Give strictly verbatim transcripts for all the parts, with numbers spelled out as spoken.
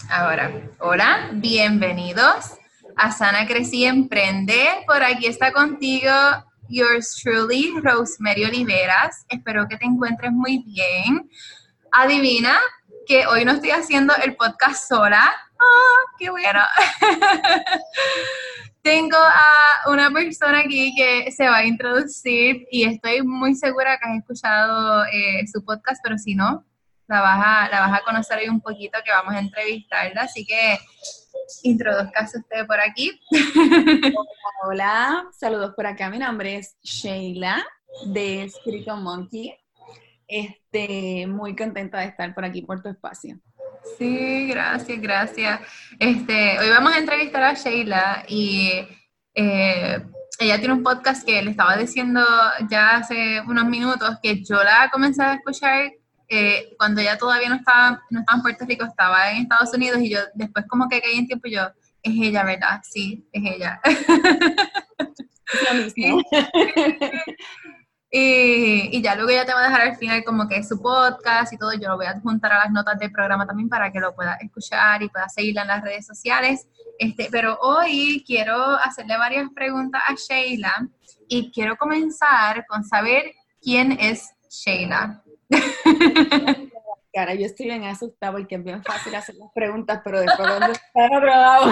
Ahora, hola, bienvenidos a Sana Crecí Emprende. Por aquí está contigo yours truly, Rosemary Oliveras. Espero que te encuentres muy bien. Adivina que hoy no estoy haciendo el podcast sola. ¡Oh, qué bueno! Tengo a una persona aquí que se va a introducir y estoy muy segura que has escuchado eh, su podcast, pero si no, la vas, a, la vas a conocer hoy un poquito, que vamos a entrevistarla, así que introduzcase usted por aquí. Hola, saludos por acá. Mi nombre es Sheila de Spiritual Monkey. Este, muy contenta de estar por aquí por tu espacio. Sí, gracias, gracias. Este, hoy vamos a entrevistar a Sheila y eh, ella tiene un podcast que le estaba diciendo ya hace unos minutos que yo la comencé a escuchar eh, cuando ella todavía no estaba, no estaba en Puerto Rico, estaba en Estados Unidos y yo después como que caí en tiempo y yo, es ella, ¿verdad? Sí, es ella. Es lo mismo. Y, y ya luego ya te va a dejar al final como que su podcast y todo, yo lo voy a adjuntar a las notas del programa también para que lo puedas escuchar y puedas seguirla en las redes sociales. Este, pero hoy quiero hacerle varias preguntas a Sheila y quiero comenzar con saber quién es Sheila. Cara, yo estoy bien asustada porque es bien fácil hacer las preguntas, pero después cuando está en otro lado,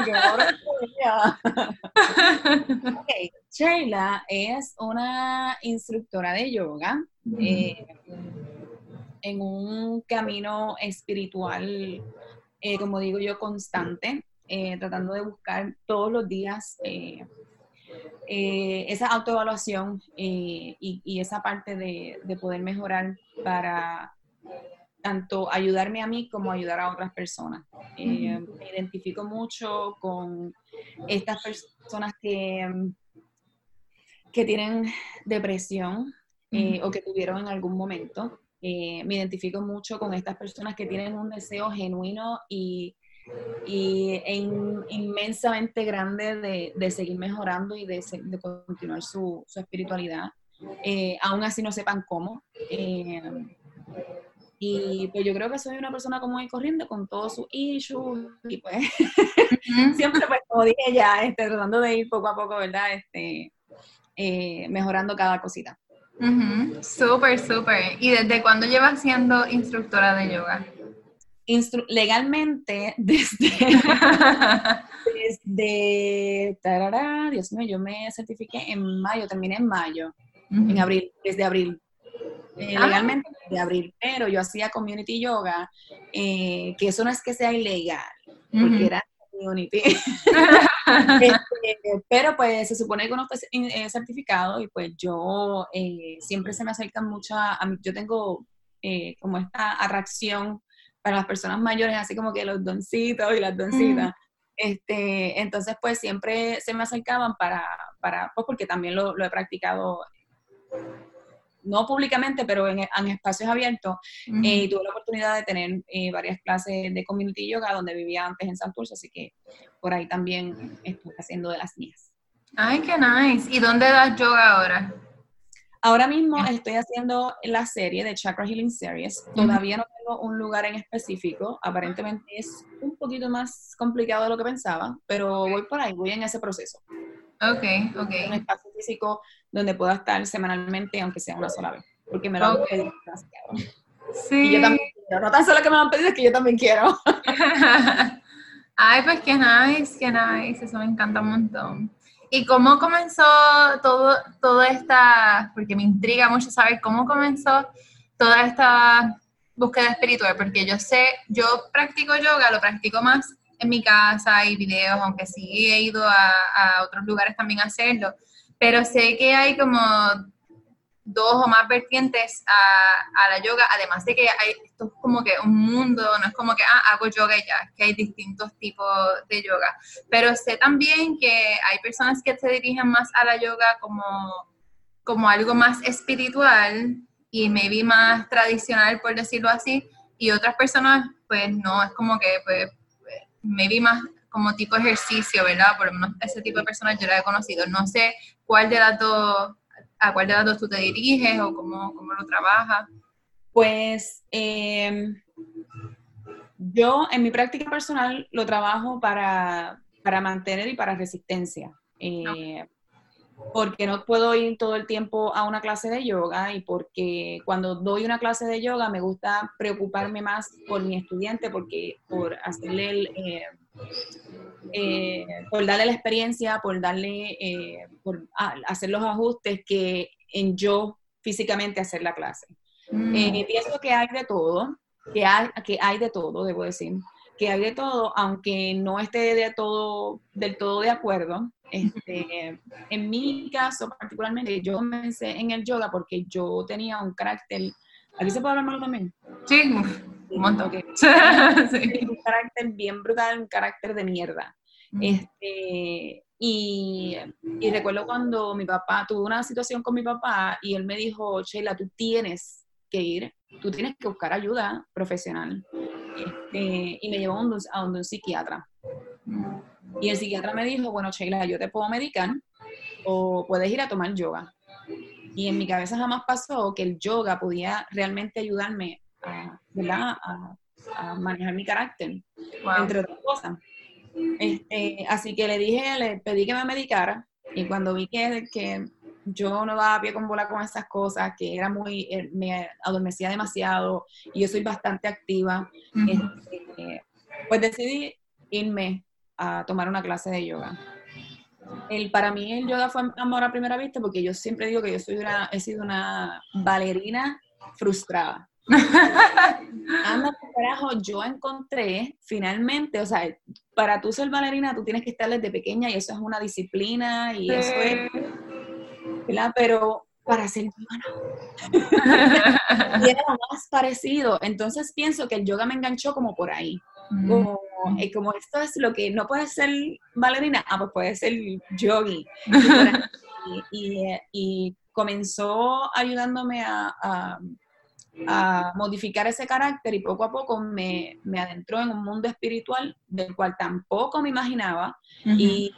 okay. Sheila es una instructora de yoga eh, en un camino espiritual, eh, como digo yo, constante, eh, tratando de buscar todos los días eh, eh, esa autoevaluación eh, y, y esa parte de, de poder mejorar para tanto ayudarme a mí como ayudar a otras personas. Eh, me identifico mucho con estas personas que, que tienen depresión eh, o que tuvieron en algún momento. Eh, me identifico mucho con estas personas que tienen un deseo genuino y, y e in, inmensamente grande de, de, seguir mejorando y de, de continuar su, su espiritualidad. Eh, aún así no sepan cómo. Eh, y pues yo creo que soy una persona común y corriente con todos sus issues y pues uh-huh. siempre pues como dije ya, este, tratando de ir poco a poco, ¿verdad? Este, eh, mejorando cada cosita. Uh-huh. Súper, súper. ¿Y desde cuándo llevas siendo instructora de yoga? Instru- legalmente desde, desde tarara, Dios mío, yo me certifiqué en mayo, terminé en mayo, uh-huh. en abril, desde abril. Eh, ah. Legalmente de abril, pero yo hacía community yoga, eh, que eso no es que sea ilegal, uh-huh. porque era community. este, pero pues se supone que uno está eh, certificado y pues yo eh, siempre se me acercan mucho a, a mí, yo tengo eh, como esta atracción para las personas mayores, así como que los doncitos y las doncitas. Uh-huh. Este, entonces pues siempre se me acercaban para, para pues porque también lo, lo he practicado no públicamente, pero en, en espacios abiertos, uh-huh. eh, y tuve la oportunidad de tener eh, varias clases de community yoga donde vivía antes en Santurce, así que por ahí también estoy haciendo de las mías. Ay, qué nice. ¿Y dónde das yoga ahora? Ahora mismo estoy haciendo la serie de Chakra Healing Series. Todavía no tengo un lugar en específico. Aparentemente es un poquito más complicado de lo que pensaba, pero voy por ahí, voy en ese proceso. Ok, ok. Un espacio físico donde pueda estar semanalmente, aunque sea una sola vez, porque me lo han pedido demasiado. Sí. Y yo también quiero, no tan solo que me lo han pedido, es que yo también quiero. Ay, pues qué nice, qué nice, eso me encanta un montón. ¿Y cómo comenzó todo, toda esta, porque me intriga mucho saber cómo comenzó toda esta búsqueda espiritual? Porque yo sé, yo practico yoga, lo practico más en mi casa y videos, aunque sí he ido a, a otros lugares también a hacerlo, pero sé que hay como dos o más vertientes a, a la yoga, además de que hay, esto es como que un mundo, no es como que, ah, hago yoga y ya, que hay distintos tipos de yoga, pero sé también que hay personas que se dirigen más a la yoga como, como algo más espiritual y maybe más tradicional, por decirlo así, y otras personas, pues no, es como que, pues, maybe más como tipo ejercicio, ¿verdad? Por lo menos ese tipo de personas yo la he conocido. No sé cuál de las dos, a cuál de las dos tú te diriges o cómo, cómo lo trabajas. Pues eh, yo en mi práctica personal lo trabajo para, para mantener y para resistencia. Eh, porque no puedo ir todo el tiempo a una clase de yoga y porque cuando doy una clase de yoga me gusta preocuparme más por mi estudiante, porque por hacerle el, eh, eh, por darle la experiencia, por darle, eh, por ah, hacer los ajustes que en yo físicamente hacer la clase. Mm. Eh, pienso que hay de todo, que hay, que hay de todo, debo decir, que hay de todo, aunque no esté de todo, del todo de acuerdo. Este, en mi caso particularmente, yo comencé en el yoga porque yo tenía un carácter, ¿aquí se puede hablar malo también? Sí, un montón. Okay. Sí. Un carácter bien brutal, un carácter de mierda. Mm. Este, y, y recuerdo cuando mi papá, tuve una situación con mi papá y él me dijo, Sheila, tú tienes que ir, tú tienes que buscar ayuda profesional. Este, y me llevó a un, a un, un psiquiatra. Y el psiquiatra me dijo, bueno, Sheila, yo te puedo medicar o puedes ir a tomar yoga. Y en mi cabeza jamás pasó que el yoga podía realmente ayudarme a, ¿verdad? a, a manejar mi carácter, wow. entre otras cosas. Este, así que le dije, le pedí que me medicara y cuando vi que, que yo no daba pie con bola con esas cosas, que era muy, me adormecía demasiado y yo soy bastante activa, uh-huh. este, pues decidí irme a tomar una clase de yoga. El, para mí el yoga fue amor a primera vista porque yo siempre digo que yo soy una, he sido una bailarina frustrada. Anda, carajo, yo encontré finalmente, o sea, para tú ser bailarina tú tienes que estar desde pequeña y eso es una disciplina y sí. eso es, ¿verdad? Pero para ser yoga no. Y era lo más parecido. Entonces pienso que el yoga me enganchó como por ahí. Como, eh, como esto es lo que no puede ser bailarina, ah, pues puede ser yogi. Y, y, y comenzó ayudándome a, a, a modificar ese carácter y poco a poco me, me adentró en un mundo espiritual del cual tampoco me imaginaba. Uh-huh. y,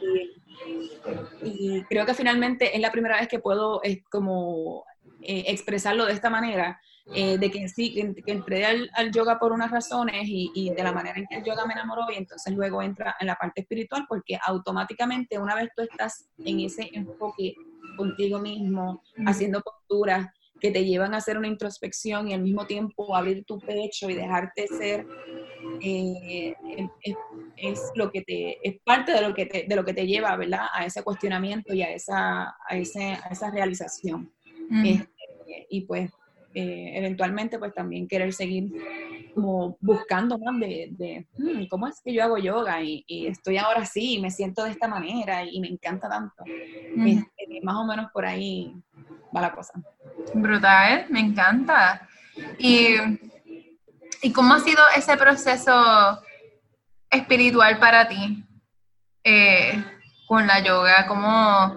y creo que finalmente es la primera vez que puedo es como eh, expresarlo de esta manera. Eh, de que sí, que, que entré al, al yoga por unas razones y, y de la manera en que el yoga me enamoró y entonces luego entra en la parte espiritual porque automáticamente una vez tú estás en ese enfoque contigo mismo, mm. haciendo posturas que te llevan a hacer una introspección y al mismo tiempo abrir tu pecho y dejarte ser, eh, es, es lo que te, es parte de lo que te, de lo que te lleva, ¿verdad? A ese cuestionamiento y a esa, a ese, a esa realización. Mm. Este, y pues Eh, eventualmente pues también querer seguir como buscando más de, de hmm, cómo es que yo hago yoga y, y estoy ahora así y me siento de esta manera y me encanta tanto. Mm. Este, más o menos por ahí va la cosa. Brutal, me encanta. ¿Y, y cómo ha sido ese proceso espiritual para ti eh, con la yoga? ¿Cómo...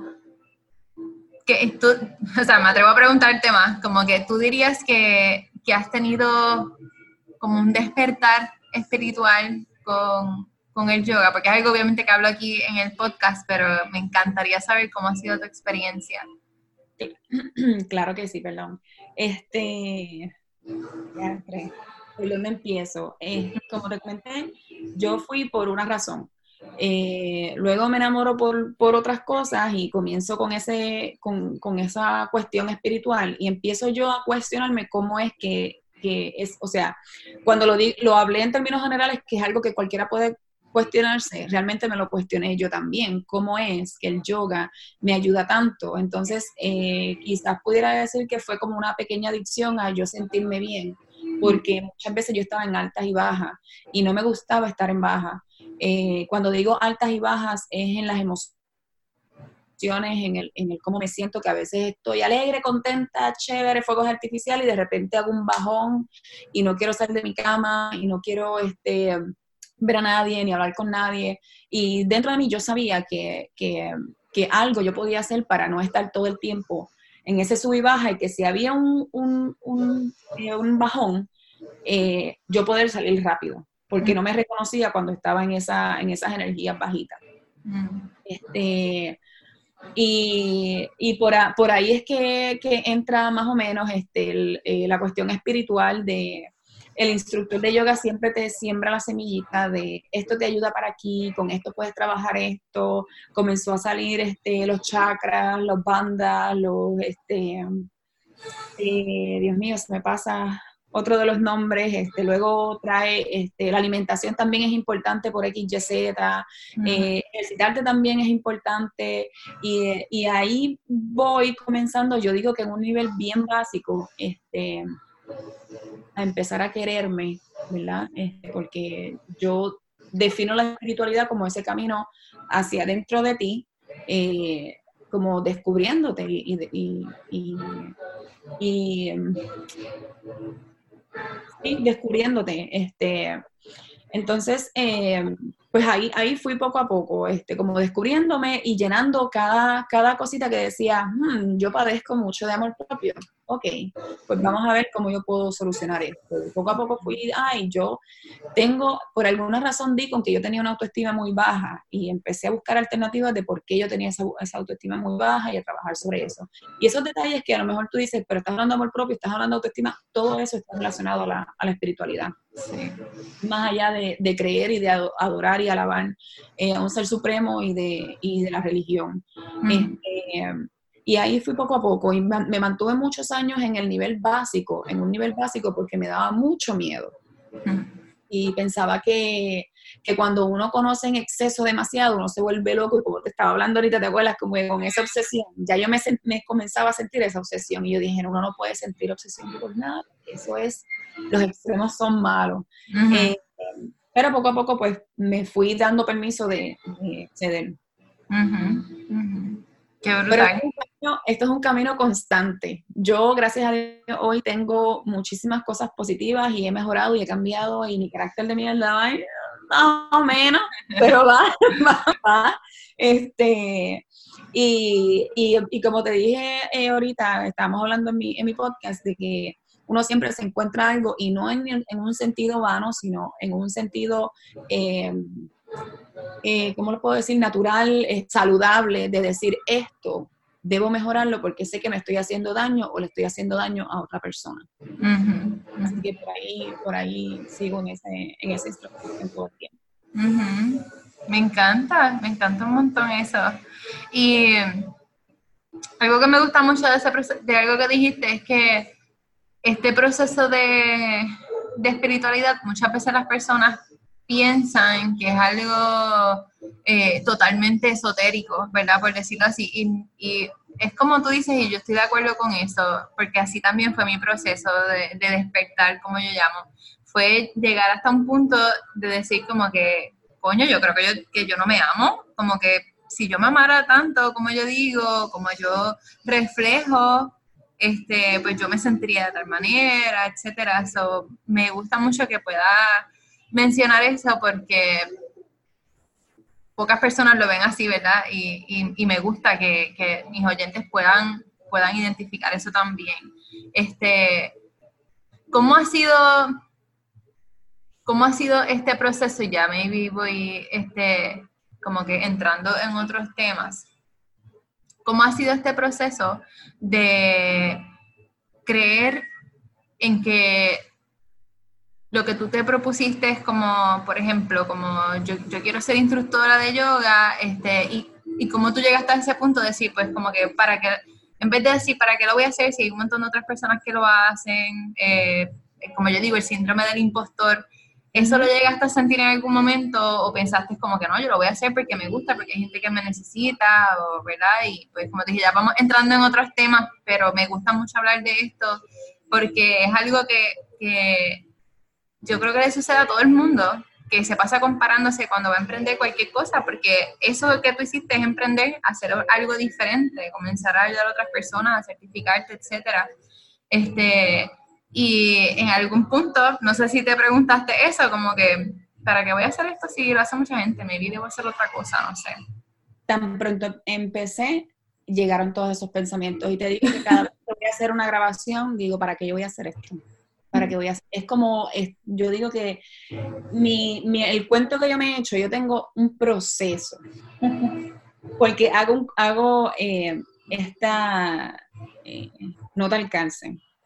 que tú, o sea, me atrevo a preguntarte más, como que tú dirías que, que has tenido como un despertar espiritual con, con el yoga, porque es algo obviamente que hablo aquí en el podcast, pero me encantaría saber cómo ha sido tu experiencia. Claro que sí, perdón. Este, ya entré. ¿Por dónde empiezo? Eh, como te comenté, yo fui por una razón. Eh, luego me enamoro por, por otras cosas y comienzo con, ese, con, con esa cuestión espiritual y empiezo yo a cuestionarme cómo es que, que es, o sea, cuando lo, di, lo hablé en términos generales, que es algo que cualquiera puede cuestionarse, realmente me lo cuestioné yo también, cómo es que el yoga me ayuda tanto. Entonces, eh, quizás pudiera decir que fue como una pequeña adicción a yo sentirme bien, porque muchas veces yo estaba en altas y bajas y no me gustaba estar en bajas. Eh, cuando digo altas y bajas es en las emociones, en el, en el cómo me siento, que a veces estoy alegre, contenta, chévere, fuegos artificiales y de repente hago un bajón y no quiero salir de mi cama y no quiero este, ver a nadie ni hablar con nadie. Y dentro de mí yo sabía que, que, que algo yo podía hacer para no estar todo el tiempo en ese sub y baja y que si había un, un, un, eh, un bajón, eh, yo poder salir rápido, porque no me reconocía cuando estaba en, esa, en esas energías bajitas. Mm. Este, y y por, a, por ahí es que, que entra más o menos este, el, eh, la cuestión espiritual de, el instructor de yoga siempre te siembra la semillita de esto te ayuda para aquí, con esto puedes trabajar esto. Comenzó a salir este, los chakras, los bandas, los, este, eh, Dios mío, se me pasa otro de los nombres. Este, luego trae, este, la alimentación también es importante por equis ye zeta, uh-huh. eh, ejercitarte también es importante, y, y ahí voy comenzando, yo digo que en un nivel bien básico, este, a empezar a quererme, ¿verdad? Este, porque yo defino la espiritualidad como ese camino hacia adentro de ti, eh, como descubriéndote y, y, y, y, y sí, descubriéndote. Este, entonces, eh, pues ahí, ahí fui poco a poco, este, como descubriéndome y llenando cada, cada cosita que decía, hmm, yo padezco mucho de amor propio. Ok, pues vamos a ver cómo yo puedo solucionar esto. Poco a poco fui, ay, yo tengo, por alguna razón di con que yo tenía una autoestima muy baja y empecé a buscar alternativas de por qué yo tenía esa, esa autoestima muy baja y a trabajar sobre eso. Y esos detalles que a lo mejor tú dices, pero estás hablando de amor propio, estás hablando de autoestima, todo eso está relacionado a la, a la espiritualidad. Sí. Más allá de, de creer y de adorar y alabar eh, a un ser supremo y de, y de la religión. Mm. Este, y ahí fui poco a poco y me mantuve muchos años en el nivel básico, en un nivel básico porque me daba mucho miedo. Mm. Y pensaba que, que cuando uno conoce en exceso demasiado, uno se vuelve loco, y como te estaba hablando ahorita, ¿te acuerdas? Como con esa obsesión, ya yo me, me comenzaba a sentir esa obsesión, y yo dije, uno no puede sentir obsesión por nada, eso es, los extremos son malos. Uh-huh. eh, pero poco a poco, pues, me fui dando permiso de, de ceder. Uh-huh. Uh-huh. Qué brutal. Pero esto es, camino, esto es un camino constante. Yo, gracias a Dios, hoy tengo muchísimas cosas positivas y he mejorado y he cambiado y mi carácter de mierda va más o menos, pero va, va, va. Este, y, y, y como te dije eh, ahorita, estábamos hablando en mi, en mi podcast de que uno siempre se encuentra algo y no en, en un sentido vano, sino en un sentido... Eh, Eh, ¿cómo lo puedo decir? Natural, eh, saludable, de decir esto, debo mejorarlo porque sé que me estoy haciendo daño o le estoy haciendo daño a otra persona. Uh-huh. Así que por ahí, por ahí sigo en ese, en ese instrucción todo el tiempo. Uh-huh. Me encanta, me encanta un montón eso. Y algo que me gusta mucho de, ese proceso, de algo que dijiste es que este proceso de, de espiritualidad, muchas veces las personas piensan que es algo eh, totalmente esotérico, ¿verdad? Por decirlo así. Y, y es como tú dices, y yo estoy de acuerdo con eso, porque así también fue mi proceso de, de despertar, como yo llamo. Fue llegar hasta un punto de decir como que, coño, yo creo que yo, que yo no me amo, como que si yo me amara tanto como yo digo, como yo reflejo, este, pues yo me sentiría de tal manera, etcétera. So, me gusta mucho que pueda mencionar eso porque pocas personas lo ven así, ¿verdad? Y, y, y me gusta que, que mis oyentes puedan, puedan identificar eso también. Este, ¿cómo ha sido, cómo ha sido este proceso? Ya maybe voy este, como que entrando en otros temas. ¿Cómo ha sido este proceso de creer en que lo que tú te propusiste es como, por ejemplo, como yo, yo quiero ser instructora de yoga, este, y, y como tú llegaste a ese punto de decir, pues como que para que, en vez de decir, ¿para qué lo voy a hacer? Si hay un montón de otras personas que lo hacen, eh, como yo digo, el síndrome del impostor, ¿eso lo llegaste a sentir en algún momento o pensaste como que no, yo lo voy a hacer porque me gusta, porque hay gente que me necesita, o, ¿verdad? Y pues como te dije, ya vamos entrando en otros temas, pero me gusta mucho hablar de esto porque es algo que, que yo creo que le sucede a todo el mundo, que se pasa comparándose cuando va a emprender cualquier cosa, porque eso que tú hiciste es emprender, hacer algo diferente, comenzar a ayudar a otras personas, a certificarte, etcétera. Este, y en algún punto, no sé si te preguntaste eso, como que, ¿para qué voy a hacer esto si lo hace mucha gente? Maybe debo hacer otra cosa, no sé. Tan pronto empecé, llegaron todos esos pensamientos, y te digo que cada vez que voy a hacer una grabación, digo, ¿para qué yo voy a hacer esto? ¿Para qué voy a hacer? Es como, es, yo digo que mi, mi, el cuento que yo me he hecho, yo tengo un proceso, porque hago, hago eh, esta eh, nota al cáncer.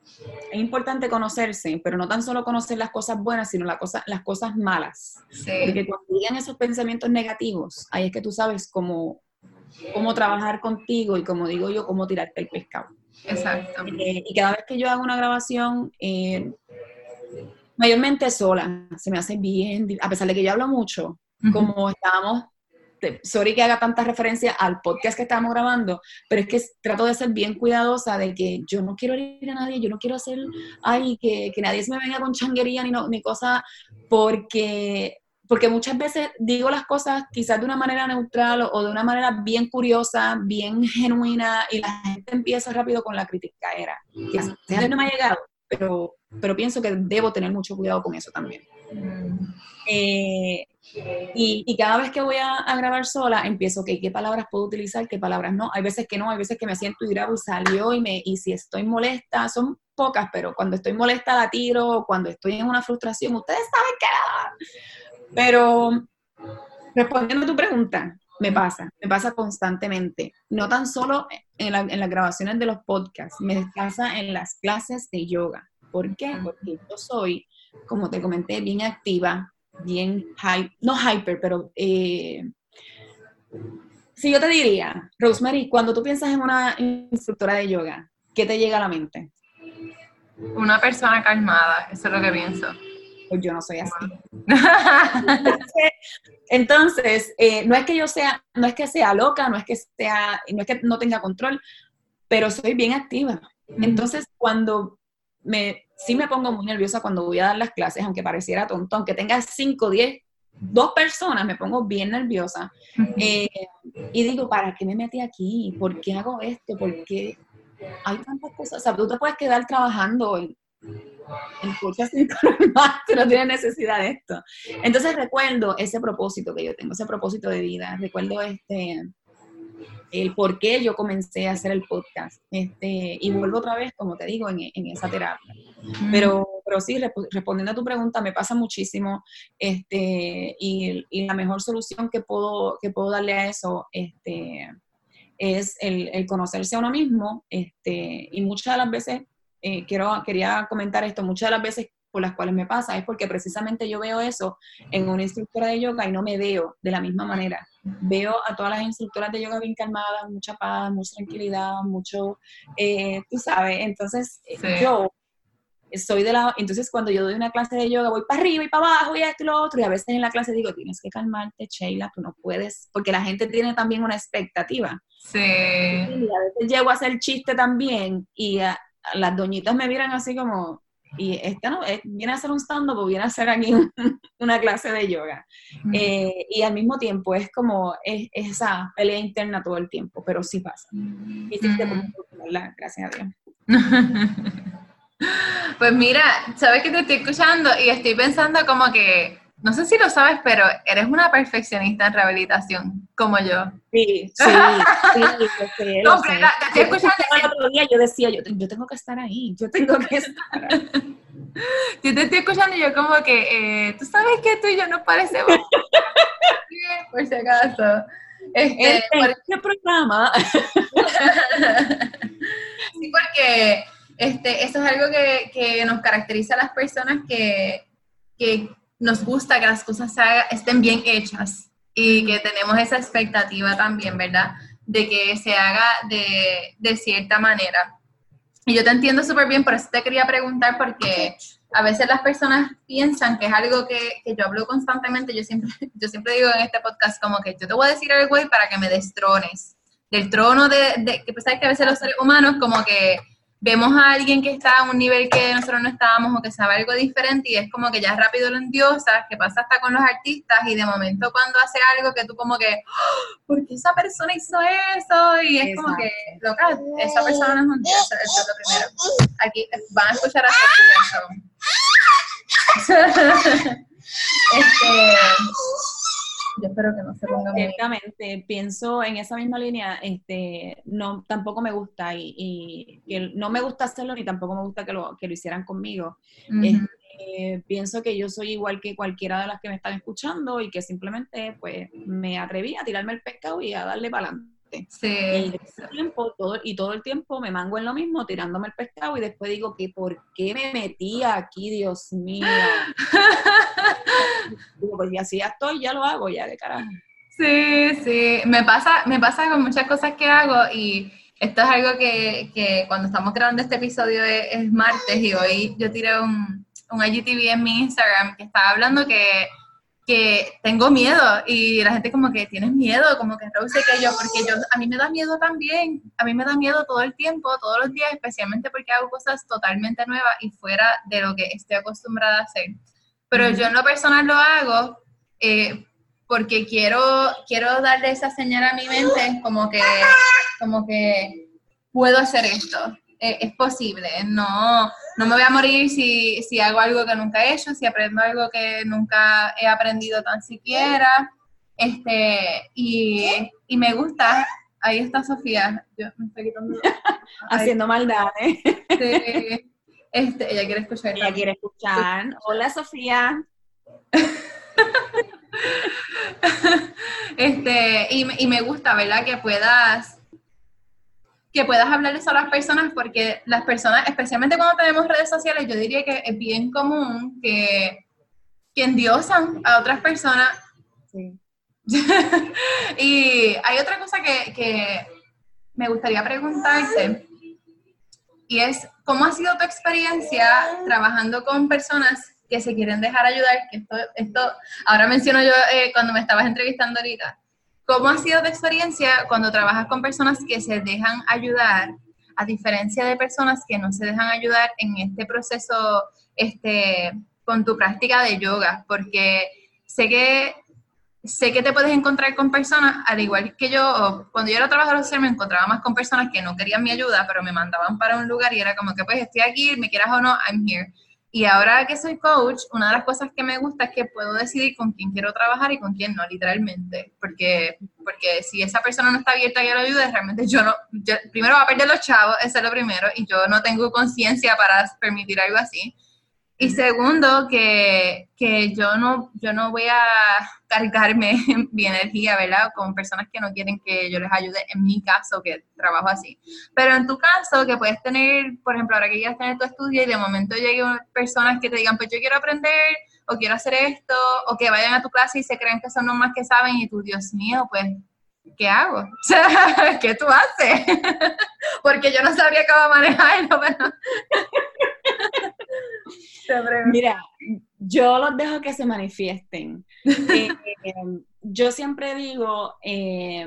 es importante conocerse, pero no tan solo conocer las cosas buenas, sino la cosa, las cosas malas. Sí. Porque cuando llegan esos pensamientos negativos, ahí es que tú sabes cómo, cómo trabajar contigo y, como digo yo, cómo tirarte el pescado. Exacto. Eh, y cada vez que yo hago una grabación, eh, mayormente sola, se me hace bien, a pesar de que yo hablo mucho, uh-huh. como estábamos, te, sorry que haga tanta referencia al podcast que estábamos grabando, pero es que trato de ser bien cuidadosa de que yo no quiero herir a nadie, yo no quiero hacer, ay, que, que nadie se me venga con changuería ni, no, ni cosa, porque, porque muchas veces digo las cosas quizás de una manera neutral o, o de una manera bien curiosa, bien genuina, y la gente empieza rápido con la criticadera, que a no me ha llegado, pero, pero pienso que debo tener mucho cuidado con eso también. Eh, y, y cada vez que voy a, a grabar sola, empiezo, ok, ¿qué palabras puedo utilizar? ¿Qué palabras no? Hay veces que no, hay veces que me siento y grabo y salió, y, me, y si estoy molesta, son pocas, pero cuando estoy molesta la tiro, cuando estoy en una frustración, ustedes saben que nada. Pero respondiendo a tu pregunta, me pasa, me pasa constantemente. No tan solo en, la, en las grabaciones de los podcasts, me pasa en las clases de yoga. ¿Por qué? Porque yo soy, como te comenté, bien activa, bien hype, no hyper, pero eh, si yo te diría, Rosemary, cuando tú piensas en una instructora de yoga, ¿qué te llega a la mente? Una persona calmada, eso es lo que pienso. Pues yo no soy así. Entonces, entonces eh, no es que yo sea, no es que sea loca, no es que sea, no es que no tenga control, pero soy bien activa. Entonces, cuando me, sí me pongo muy nerviosa cuando voy a dar las clases, aunque pareciera tonto, aunque tenga cinco, diez, dos personas, me pongo bien nerviosa. Eh, y digo, ¿para qué me metí aquí? ¿Por qué hago esto? ¿Por qué hay tantas cosas? O sea, tú te puedes quedar trabajando en en podcast más, tú no tienes necesidad de esto. Entonces recuerdo ese propósito que yo tengo, ese propósito de vida, recuerdo este, el por qué yo comencé a hacer el podcast, este, y vuelvo otra vez, como te digo, en, en esa terapia. Pero, pero sí, respondiendo a tu pregunta, me pasa muchísimo, este, y, y la mejor solución que puedo, que puedo darle a eso, este, es el, el conocerse a uno mismo, este, y muchas de las veces, Eh, quiero, quería comentar esto, muchas de las veces por las cuales me pasa es porque precisamente yo veo eso en una instructora de yoga y no me veo de la misma manera. Veo a todas las instructoras de yoga bien calmadas, mucha paz, mucha tranquilidad, mucho, eh, tú sabes, entonces sí. yo soy de la, entonces cuando yo doy una clase de yoga voy para arriba y para abajo y esto y lo otro, y a veces en la clase digo, tienes que calmarte, Sheila, tú no puedes, porque la gente tiene también una expectativa. Sí. Y a veces llego a hacer chiste también y a, las doñitas me miran así como, y esta no, es, viene a hacer un stand-up o viene a hacer aquí un, una clase de yoga. Mm. Eh, y al mismo tiempo es como, es, es esa pelea interna todo el tiempo, pero sí pasa. Y sí, mm. ¿verdad? Gracias a Dios. Pues mira, sabes que te estoy escuchando y estoy pensando como que, no sé si lo sabes, pero eres una perfeccionista en rehabilitación, como yo. Sí, sí, sí, lo sé, lo sé. Te estoy escuchando. El otro día yo decía, yo, yo tengo que estar ahí, yo tengo que estar ahí. Yo te estoy escuchando y yo como que, eh, tú sabes que tú y yo nos parecemos. Por si acaso. Este, este, por este programa. Sí, porque este, eso es algo que, que nos caracteriza a las personas que, que nos gusta que las cosas se haga, estén bien hechas y que tenemos esa expectativa también, ¿verdad? De que se haga de, de cierta manera. Y yo te entiendo súper bien, por eso te quería preguntar, porque a veces las personas piensan que es algo que, que yo hablo constantemente. Yo siempre, yo siempre digo en este podcast como que yo te voy a decir algo para que me destrones. Del trono de, de que sabes que a veces los seres humanos como que vemos a alguien que está a un nivel que nosotros no estábamos o que sabe algo diferente y es como que ya rápido lo endiosas, que pasa hasta con los artistas y de momento cuando hace algo que tú como que, ¡oh! ¿Por qué esa persona hizo eso? Y es Exacto. como que, loca, esa persona no es un dios, eso es lo primero. Aquí van a escuchar a Sofía. este... Yo espero que no se ponga muy... Ciertamente, pienso en esa misma línea, este, no, tampoco me gusta y, y, y no me gusta hacerlo ni tampoco me gusta que lo, que lo hicieran conmigo. Uh-huh. Este, pienso que yo soy igual que cualquiera de las que me están escuchando y que simplemente pues me atreví a tirarme el pescado y a darle para adelante. fuerte. Sí. Y, todo el tiempo, todo, y todo el tiempo me mango en lo mismo, tirándome el pescado, y después digo que ¿por qué me metí aquí, Dios mío? Digo, pues ya si ya estoy, ya lo hago, ya de carajo. Sí, sí, me pasa, me pasa con muchas cosas que hago y esto es algo que, que cuando estamos grabando este episodio es, es martes y hoy yo tiré un, un I G T V en mi Instagram que estaba hablando que, que tengo miedo y la gente como que tienes miedo, como que Rose, que yo, porque yo, a mí me da miedo también, a mí me da miedo todo el tiempo, todos los días, especialmente porque hago cosas totalmente nuevas y fuera de lo que estoy acostumbrada a hacer. Pero uh-huh. yo en lo personal lo hago eh, porque quiero, quiero darle esa señal a mi mente como que, como que puedo hacer esto, eh, es posible, no, no me voy a morir si, si hago algo que nunca he hecho, si aprendo algo que nunca he aprendido tan siquiera, este, y, y me gusta, ahí está Sofía, yo me estoy quitando, haciendo maldades. Sí, este, ella quiere escuchar. Ella quiere escuchar. Hola, Sofía. Este, y, y me gusta, ¿verdad? Que puedas, que puedas hablar eso a las personas, porque las personas, especialmente cuando tenemos redes sociales, yo diría que es bien común que, que endiosan a otras personas. Sí. Y hay otra cosa que, que me gustaría preguntarte, y es, ¿cómo ha sido tu experiencia trabajando con personas que se quieren dejar ayudar? Que esto, esto ahora menciono yo eh, cuando me estabas entrevistando ahorita. ¿Cómo ha sido tu experiencia cuando trabajas con personas que se dejan ayudar, a diferencia de personas que no se dejan ayudar en este proceso, este, con tu práctica de yoga? Porque sé que sé que te puedes encontrar con personas, al igual que yo, cuando yo era trabajadora social me encontraba más con personas que no querían mi ayuda, pero me mandaban para un lugar y era como que pues estoy aquí, me quieras o no, I'm here. Y ahora que soy coach, una de las cosas que me gusta es que puedo decidir con quién quiero trabajar y con quién no, literalmente, porque, porque si esa persona no está abierta a que lo ayude, realmente yo no, yo, primero va a perder los chavos, eso es lo primero, y yo no tengo conciencia para permitir algo así. Y segundo, que, que yo no yo no voy a cargarme mi energía, ¿verdad? Con personas que no quieren que yo les ayude, en mi caso, que trabajo así. Pero en tu caso, que puedes tener, por ejemplo, ahora que quieras tener tu estudio y de momento lleguen personas que te digan, pues yo quiero aprender, o quiero hacer esto, o que vayan a tu clase y se creen que son los más que saben, y tú, Dios mío, pues, ¿qué hago? O sea, ¿qué tú haces? Porque yo no sabría cómo manejarlo, pero... Mira, yo los dejo que se manifiesten. Eh, eh, yo siempre digo, eh,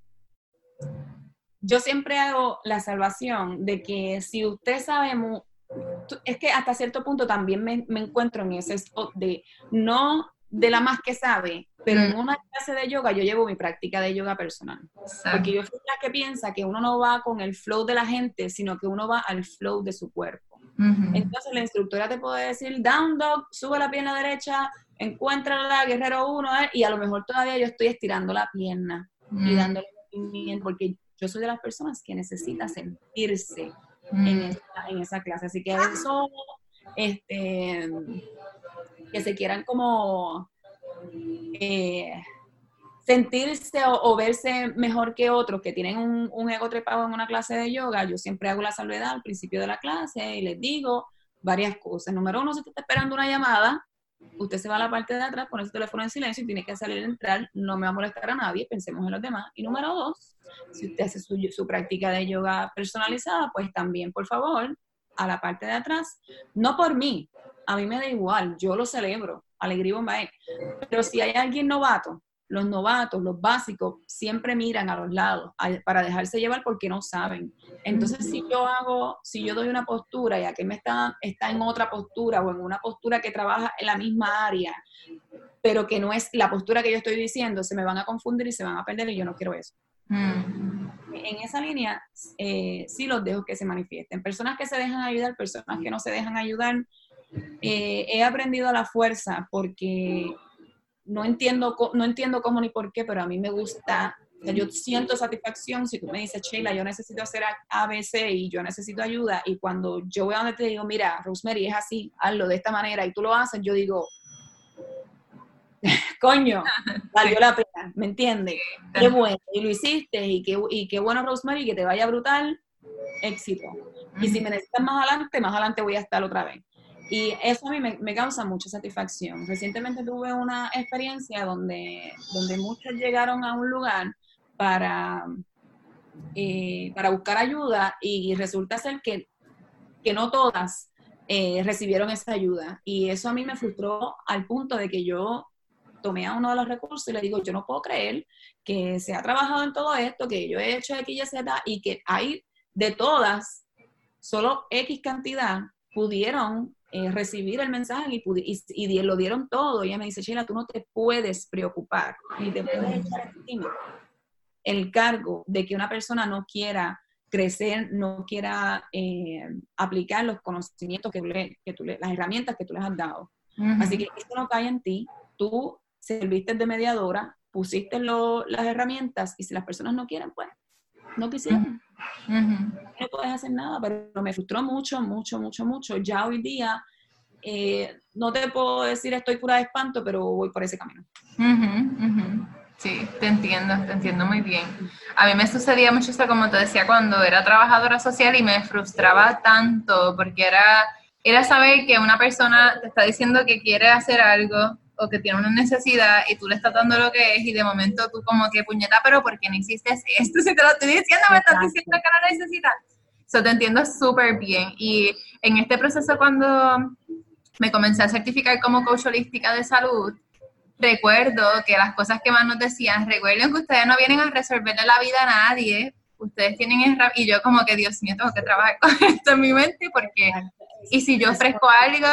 yo siempre hago la salvación de que si usted sabe, es que hasta cierto punto también me, me encuentro en ese spot de no de la más que sabe, pero en una clase de yoga yo llevo mi práctica de yoga personal. Exacto. Porque yo soy la que piensa que uno no va con el flow de la gente, sino que uno va al flow de su cuerpo. Uh-huh. Entonces la instructora te puede decir, down dog, sube la pierna derecha, encuéntrala, guerrero uno, ¿eh? Y a lo mejor todavía yo estoy estirando la pierna uh-huh. y dándole movimiento, porque yo soy de las personas que necesita sentirse uh-huh. en, esa, en esa clase. Así que eso, este, que se quieran como eh, sentirse o, o verse mejor que otros que tienen un, un ego trepado en una clase de yoga, yo siempre hago la salvedad al principio de la clase y les digo varias cosas. Número uno, si usted está esperando una llamada, usted se va a la parte de atrás, pone su teléfono en silencio y tiene que salir a entrar, no me va a molestar a nadie, pensemos en los demás. Y número dos, si usted hace su, su práctica de yoga personalizada, pues también, por favor, a la parte de atrás, no por mí, a mí me da igual, yo lo celebro, alegría bombae, pero si hay alguien novato, los novatos, los básicos, siempre miran a los lados para dejarse llevar porque no saben. Entonces, si yo hago, si yo doy una postura y aquel me está, está en otra postura o en una postura que trabaja en la misma área, pero que no es la postura que yo estoy diciendo, se me van a confundir y se van a perder y yo no quiero eso. Mm. En esa línea, eh, sí los dejo que se manifiesten. Personas que se dejan ayudar, personas que no se dejan ayudar. Eh, he aprendido a la fuerza porque... No entiendo, no entiendo cómo ni por qué, pero a mí me gusta, o sea, yo siento satisfacción si tú me dices, Sheila, yo necesito hacer A, B, C y yo necesito ayuda, y cuando yo voy a donde te digo, mira, Rosemary, es así, hazlo de esta manera, y tú lo haces, yo digo, coño, valió la pena. ¿me entiendes? Qué bueno, y lo hiciste, y qué, y qué bueno, Rosemary, que te vaya brutal, éxito. Y si me necesitas más adelante, más adelante voy a estar otra vez. Y eso a mí me, me causa mucha satisfacción. Recientemente tuve una experiencia donde, donde muchos llegaron a un lugar para, eh, para buscar ayuda y resulta ser que, que no todas eh, recibieron esa ayuda. Y eso a mí me frustró al punto de que yo tomé a uno de los recursos y le digo, yo no puedo creer que se ha trabajado en todo esto, que yo he hecho X, Y, Z y que hay de todas, solo X cantidad pudieron eh, recibir el mensaje y, y, y lo dieron todo. Y ella me dice, Sheila, tú no te puedes preocupar, ni te puedes echar encima el cargo de que una persona no quiera crecer, no quiera eh, aplicar los conocimientos que tú le, que tú le, las herramientas que tú les has dado. Uh-huh. Así que eso no cae en ti. Tú serviste de mediadora, pusiste lo, las herramientas y si las personas no quieren, pues no quisieron. Uh-huh. No puedes hacer nada, pero me frustró mucho, mucho, mucho, mucho. Ya hoy día, eh, no te puedo decir estoy pura de espanto, pero voy por ese camino. Uh-huh, uh-huh. Sí, te entiendo, te entiendo muy bien. A mí me sucedía mucho eso, como te decía, cuando era trabajadora social y me frustraba tanto, porque era, era saber que una persona te está diciendo que quiere hacer algo o que tiene una necesidad y tú le estás dando lo que es y de momento tú como que puñeta, pero ¿por qué no hiciste esto? Si te lo estoy diciendo, me estás diciendo que no lo necesitas. Eso te entiendo súper bien. Y en este proceso cuando me comencé a certificar como coach holística de salud, recuerdo que las cosas que más nos decían, recuerden que ustedes no vienen a resolverle la vida a nadie, ustedes tienen herramientas, y yo como que Dios mío, tengo que trabajar con esto en mi mente porque, y si yo ofrezco algo,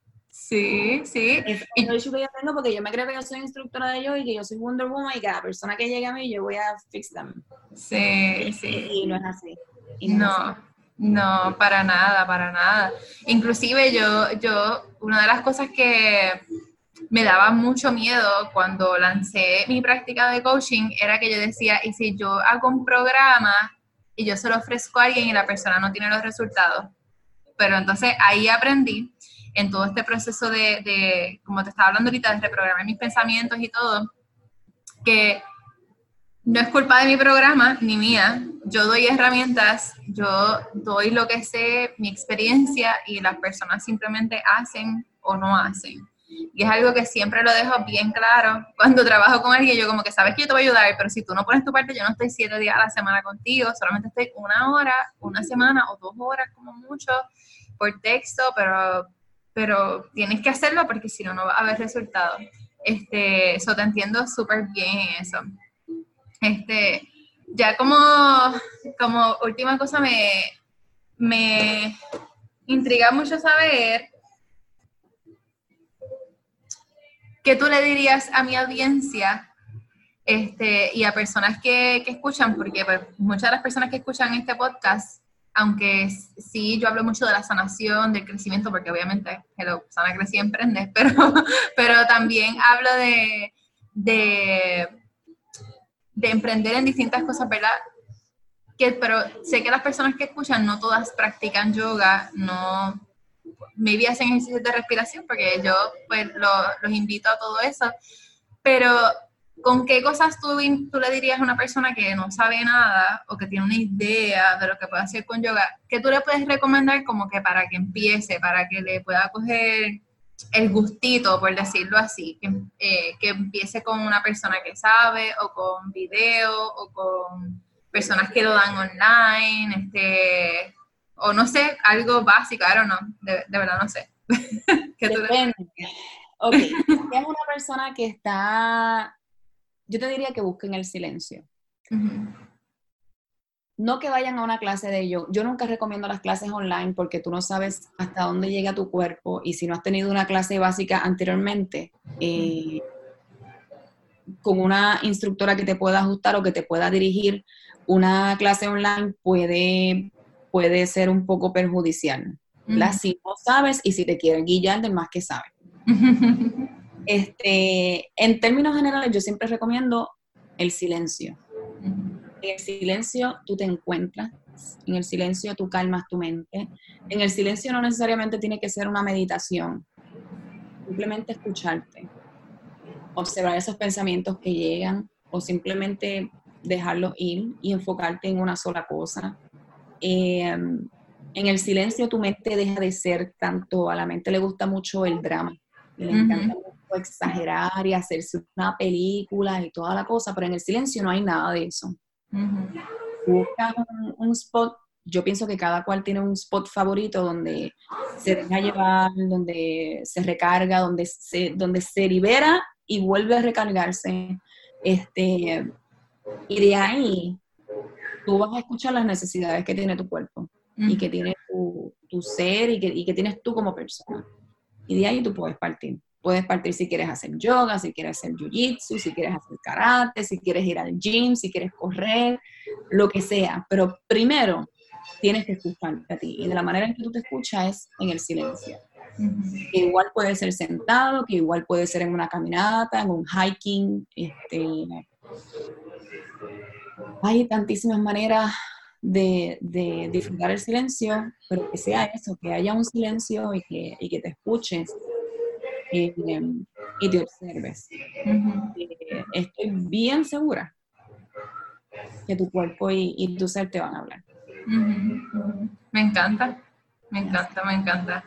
sí, sí. Es el issue que yo tengo porque yo me creo que yo soy instructora de yoga y que yo soy Wonder Woman y cada persona que llegue a mí yo voy a fix them. Sí, sí. Y, y no es así. Y no, no, es así. no, para nada, para nada. Inclusive yo, yo, una de las cosas que me daba mucho miedo cuando lancé mi práctica de coaching era que yo decía, ¿y si yo hago un programa y yo se lo ofrezco a alguien y la persona no tiene los resultados? Pero entonces ahí aprendí en todo este proceso de, de, como te estaba hablando ahorita, de reprogramar mis pensamientos y todo, que no es culpa de mi programa ni mía. Yo doy herramientas, yo doy lo que sé, mi experiencia y las personas simplemente hacen o no hacen. Y es algo que siempre lo dejo bien claro. Cuando trabajo con alguien, yo como que sabes que yo te voy a ayudar, pero si tú no pones tu parte, yo no estoy siete días a la semana contigo, solamente estoy una hora, una semana o dos horas como mucho por texto, pero, pero tienes que hacerlo porque si no, no va a haber resultados. Este, eso te entiendo súper bien en eso. Este, ya como, como última cosa me, me intriga mucho saber ¿qué tú le dirías a mi audiencia este, y a personas que, que escuchan? Porque pues, muchas de las personas que escuchan este podcast, aunque sí yo hablo mucho de la sanación, del crecimiento, porque obviamente hello, sana, crecí, emprende, pero, pero también hablo de, de, de emprender en distintas cosas, ¿verdad? Que, pero sé que las personas que escuchan no todas practican yoga, no... maybe hacen ejercicios de respiración, porque yo pues lo, los invito a todo eso, pero ¿con qué cosas tú, tú le dirías a una persona que no sabe nada o que tiene una idea de lo que puede hacer con yoga? ¿Qué tú le puedes recomendar como que para que empiece, para que le pueda coger el gustito, por decirlo así, que, eh, que empiece con una persona que sabe o con video o con personas que lo dan online, este... o no sé, algo básico, I don't know, de, de verdad no sé. Depende. Ok, si es una persona que está, yo te diría que busquen el silencio. Uh-huh. No que vayan a una clase de yoga. Yo nunca recomiendo las clases online porque tú no sabes hasta dónde llega tu cuerpo y si no has tenido una clase básica anteriormente, eh, con una instructora que te pueda ajustar o que te pueda dirigir, una clase online puede... puede ser un poco perjudicial, ¿verdad? Uh-huh. Si no sabes y si te quieren guiar del más que sabes. Uh-huh. Este, en términos generales, yo siempre recomiendo el silencio. Uh-huh. En el silencio tú te encuentras, en el silencio tú calmas tu mente. En el silencio no necesariamente tiene que ser una meditación, simplemente escucharte, observar esos pensamientos que llegan, o simplemente dejarlo ir y enfocarte en una sola cosa. Eh, en el silencio tu mente deja de ser tanto, a la mente le gusta mucho el drama, le Uh-huh. encanta mucho exagerar y hacerse una película y toda la cosa, pero en el silencio no hay nada de eso. Uh-huh. Busca un, un spot, yo pienso que cada cual tiene un spot favorito donde se deja llevar, donde se recarga, donde se, donde se libera y vuelve a recargarse. Este, y de ahí tú vas a escuchar las necesidades que tiene tu cuerpo uh-huh. y que tiene tu, tu ser y que, y que tienes tú como persona. Y de ahí tú puedes partir. Puedes partir si quieres hacer yoga, si quieres hacer jiu-jitsu, si quieres hacer karate, si quieres ir al gym, si quieres correr, lo que sea. Pero primero tienes que escucharte a ti. Y de la manera en que tú te escuchas es en el silencio. Uh-huh. Que igual puede ser sentado, que igual puede ser en una caminata, en un hiking. Este, hay tantísimas maneras de, de disfrutar el silencio, pero que sea eso, que haya un silencio y que, y que te escuches. Eh, y te observes. Uh-huh. Eh, estoy bien segura que tu cuerpo y, y tu ser te van a hablar. Uh-huh. Uh-huh. Me encanta, me encanta, me encanta.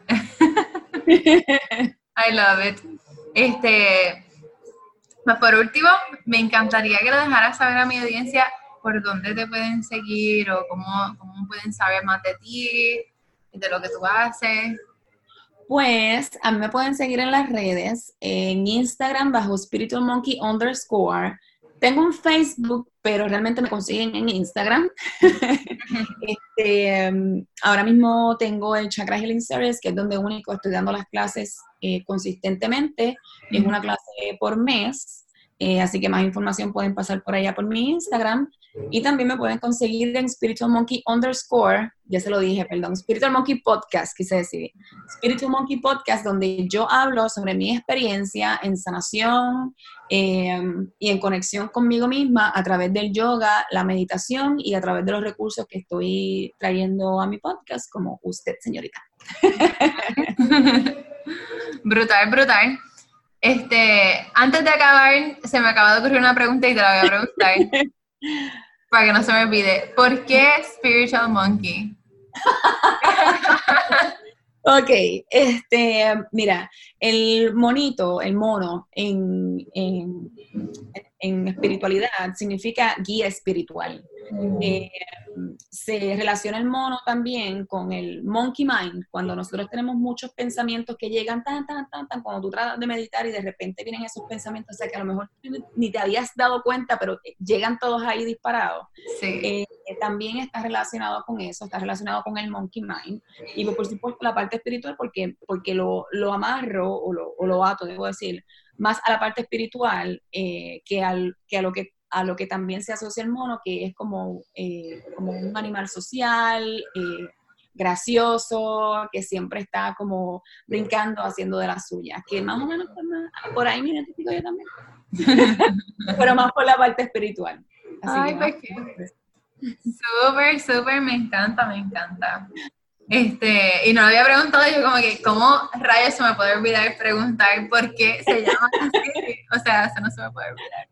I love it. Este, pues por último, me encantaría que lo dejaras saber a mi audiencia por dónde te pueden seguir o cómo, cómo pueden saber más de ti, de lo que tú haces. Pues a mí me pueden seguir en las redes, en Instagram bajo Spiritual Monkey underscore. Tengo un Facebook, pero realmente me consiguen en Instagram. este, um, ahora mismo tengo el Chakra Healing Series, que es donde único estoy dando las clases eh, consistentemente. Es una clase por mes, eh, así que más información pueden pasar por allá por mi Instagram. Y también me pueden conseguir en Spiritual Monkey underscore, ya se lo dije, perdón, Spiritual Monkey Podcast, quise decir. Spiritual Monkey Podcast, donde yo hablo sobre mi experiencia en sanación eh, y en conexión conmigo misma a través del yoga, la meditación y a través de los recursos que estoy trayendo a mi podcast, como usted, señorita. Brutal, brutal. Este, antes de acabar, se me acaba de ocurrir una pregunta y te la voy a preguntar. Para que no se me olvide. ¿Por qué Spiritual Monkey? Ok, este, mira, el monito, el mono en, en, en espiritualidad significa guía espiritual. Mm. Eh, se relaciona el mono también con el monkey mind, cuando nosotros tenemos muchos pensamientos que llegan tan, tan, tan, tan, cuando tú tratas de meditar y de repente vienen esos pensamientos, o sea que a lo mejor ni te habías dado cuenta, pero llegan todos ahí disparados. Sí. Eh, también está relacionado con eso, está relacionado con el monkey mind, y por supuesto la parte espiritual, porque, porque lo, lo amarro o lo, o lo ato, debo decir, más a la parte espiritual eh, que, al, que a lo que a lo que también se asocia el mono, que es como, eh, como un animal social, eh, gracioso, que siempre está como brincando, haciendo de las suyas, que más o menos por ahí me identifico yo también, pero más por la parte espiritual. Así Ay, que pues súper, súper, me encanta, me encanta. Este, y no lo había preguntado, yo como que, ¿cómo rayos se me puede olvidar preguntar por qué se llama así? O sea, eso no se me puede olvidar.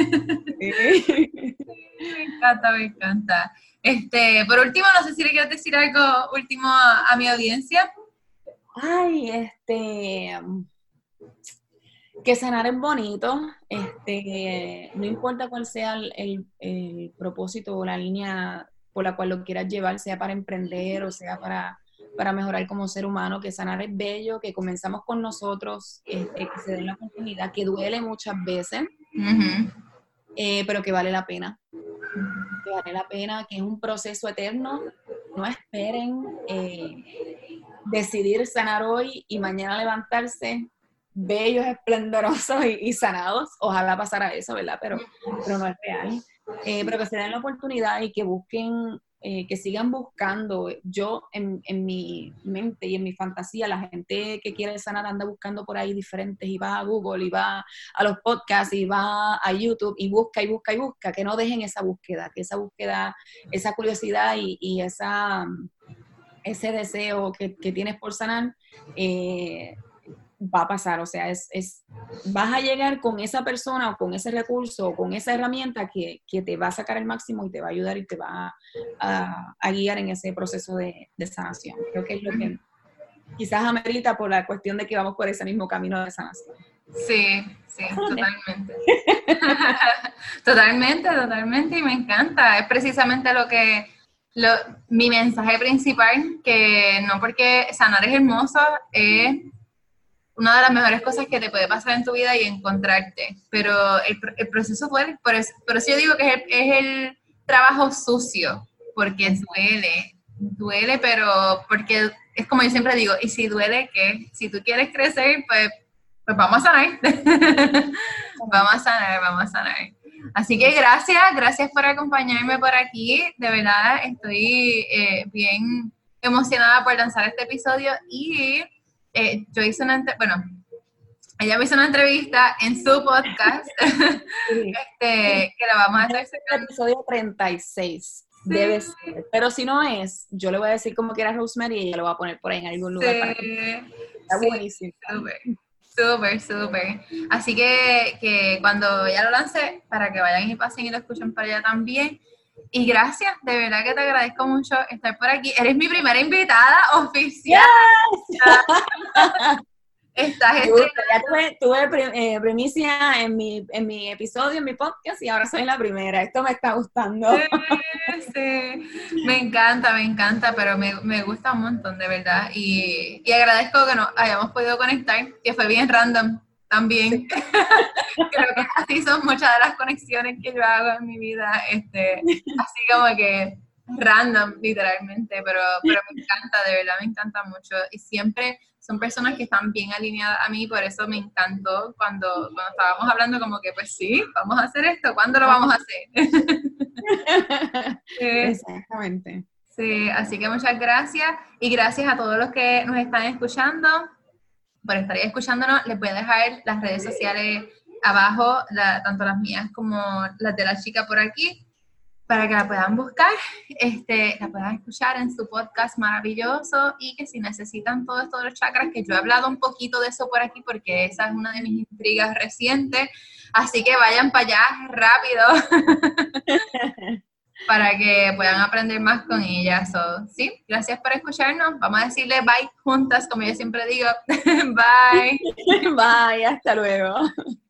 Me encanta, me encanta. Este, por último, no sé si le quieres decir algo último a, a mi audiencia. Ay, este, que sanar es bonito, este, no importa cuál sea el, el, el propósito o la línea por la cual lo quieras llevar, sea para emprender o sea para, para mejorar como ser humano, que sanar es bello, que comenzamos con nosotros, este, que se den la oportunidad, que duele muchas veces, uh-huh. eh, pero que vale la pena, que vale la pena, que es un proceso eterno. No esperen eh, decidir sanar hoy y mañana levantarse bellos, esplendorosos y, y sanados. Ojalá pasara eso, ¿verdad? Pero, pero no es real. Eh, pero que se den la oportunidad y que busquen, eh, que sigan buscando. Yo, en, en mi mente y en mi fantasía, la gente que quiere sanar anda buscando por ahí diferentes, y va a Google, y va a los podcasts, y va a YouTube, y busca, y busca, y busca. Que no dejen esa búsqueda, que esa búsqueda, esa curiosidad y, y esa, ese deseo que, que tienes por sanar, eh, va a pasar, o sea, es, es, vas a llegar con esa persona o con ese recurso o con esa herramienta que, que te va a sacar el máximo y te va a ayudar y te va a, a, a guiar en ese proceso de, de sanación. Creo que es lo que quizás amerita por la cuestión de que vamos por ese mismo camino de sanación. Sí, sí, totalmente. Totalmente, totalmente, y me encanta. Es precisamente lo que, lo, mi mensaje principal, que no porque sanar es hermoso, es una de las mejores cosas que te puede pasar en tu vida y encontrarte, pero el, el proceso duele, por eso, por eso yo digo que es el, es el trabajo sucio, porque duele, duele, pero porque es como yo siempre digo, y si duele, ¿qué? Si tú quieres crecer, pues, pues vamos a sanar, vamos a sanar, vamos a sanar. Así que gracias, gracias por acompañarme por aquí, de verdad estoy eh, bien emocionada por lanzar este episodio y eh, yo hice una, bueno, ella me hizo una entrevista en su podcast, Sí. este, que la vamos a hacer. Este es el episodio treinta y seis, sí. Debe ser, pero si no es, yo le voy a decir como que era Rosemary y ella lo va a poner por ahí en algún lugar. Sí, para que... Está sí, buenísimo. Súper. Súper, súper. Así que, que cuando ya lo lance, para que vayan y pasen y lo escuchen para allá también. Y gracias, de verdad que te agradezco mucho estar por aquí. Eres mi primera invitada oficial. Yes. Estás estrenando. Ya tuve, tuve eh, primicia en mi, en mi episodio, en mi podcast, y ahora soy la primera. Esto me está gustando. Sí, sí. Me encanta, me encanta, pero me, me gusta un montón, de verdad. Y, y agradezco que nos hayamos podido conectar, que fue bien random también. Sí. Creo que así son muchas de las conexiones que yo hago en mi vida, este, así como que random, literalmente, pero, pero me encanta, de verdad me encanta mucho. Y siempre son personas que están bien alineadas a mí, por eso me encantó cuando, cuando estábamos hablando como que, pues sí, vamos a hacer esto, ¿cuándo lo vamos a hacer? Exactamente. Sí, así que muchas gracias y gracias a todos los que nos están escuchando por estar ahí escuchándonos. Les voy a dejar las redes sociales abajo, la, tanto las mías como las de la chica por aquí, para que la puedan buscar, este, la puedan escuchar en su podcast maravilloso, y que si necesitan todo esto de los chakras, que yo he hablado un poquito de eso por aquí porque esa es una de mis intrigas recientes, así que vayan para allá rápido para que puedan aprender más con ella. So, sí, gracias por escucharnos. Vamos a decirle bye juntas, como yo siempre digo. Bye. Bye, hasta luego.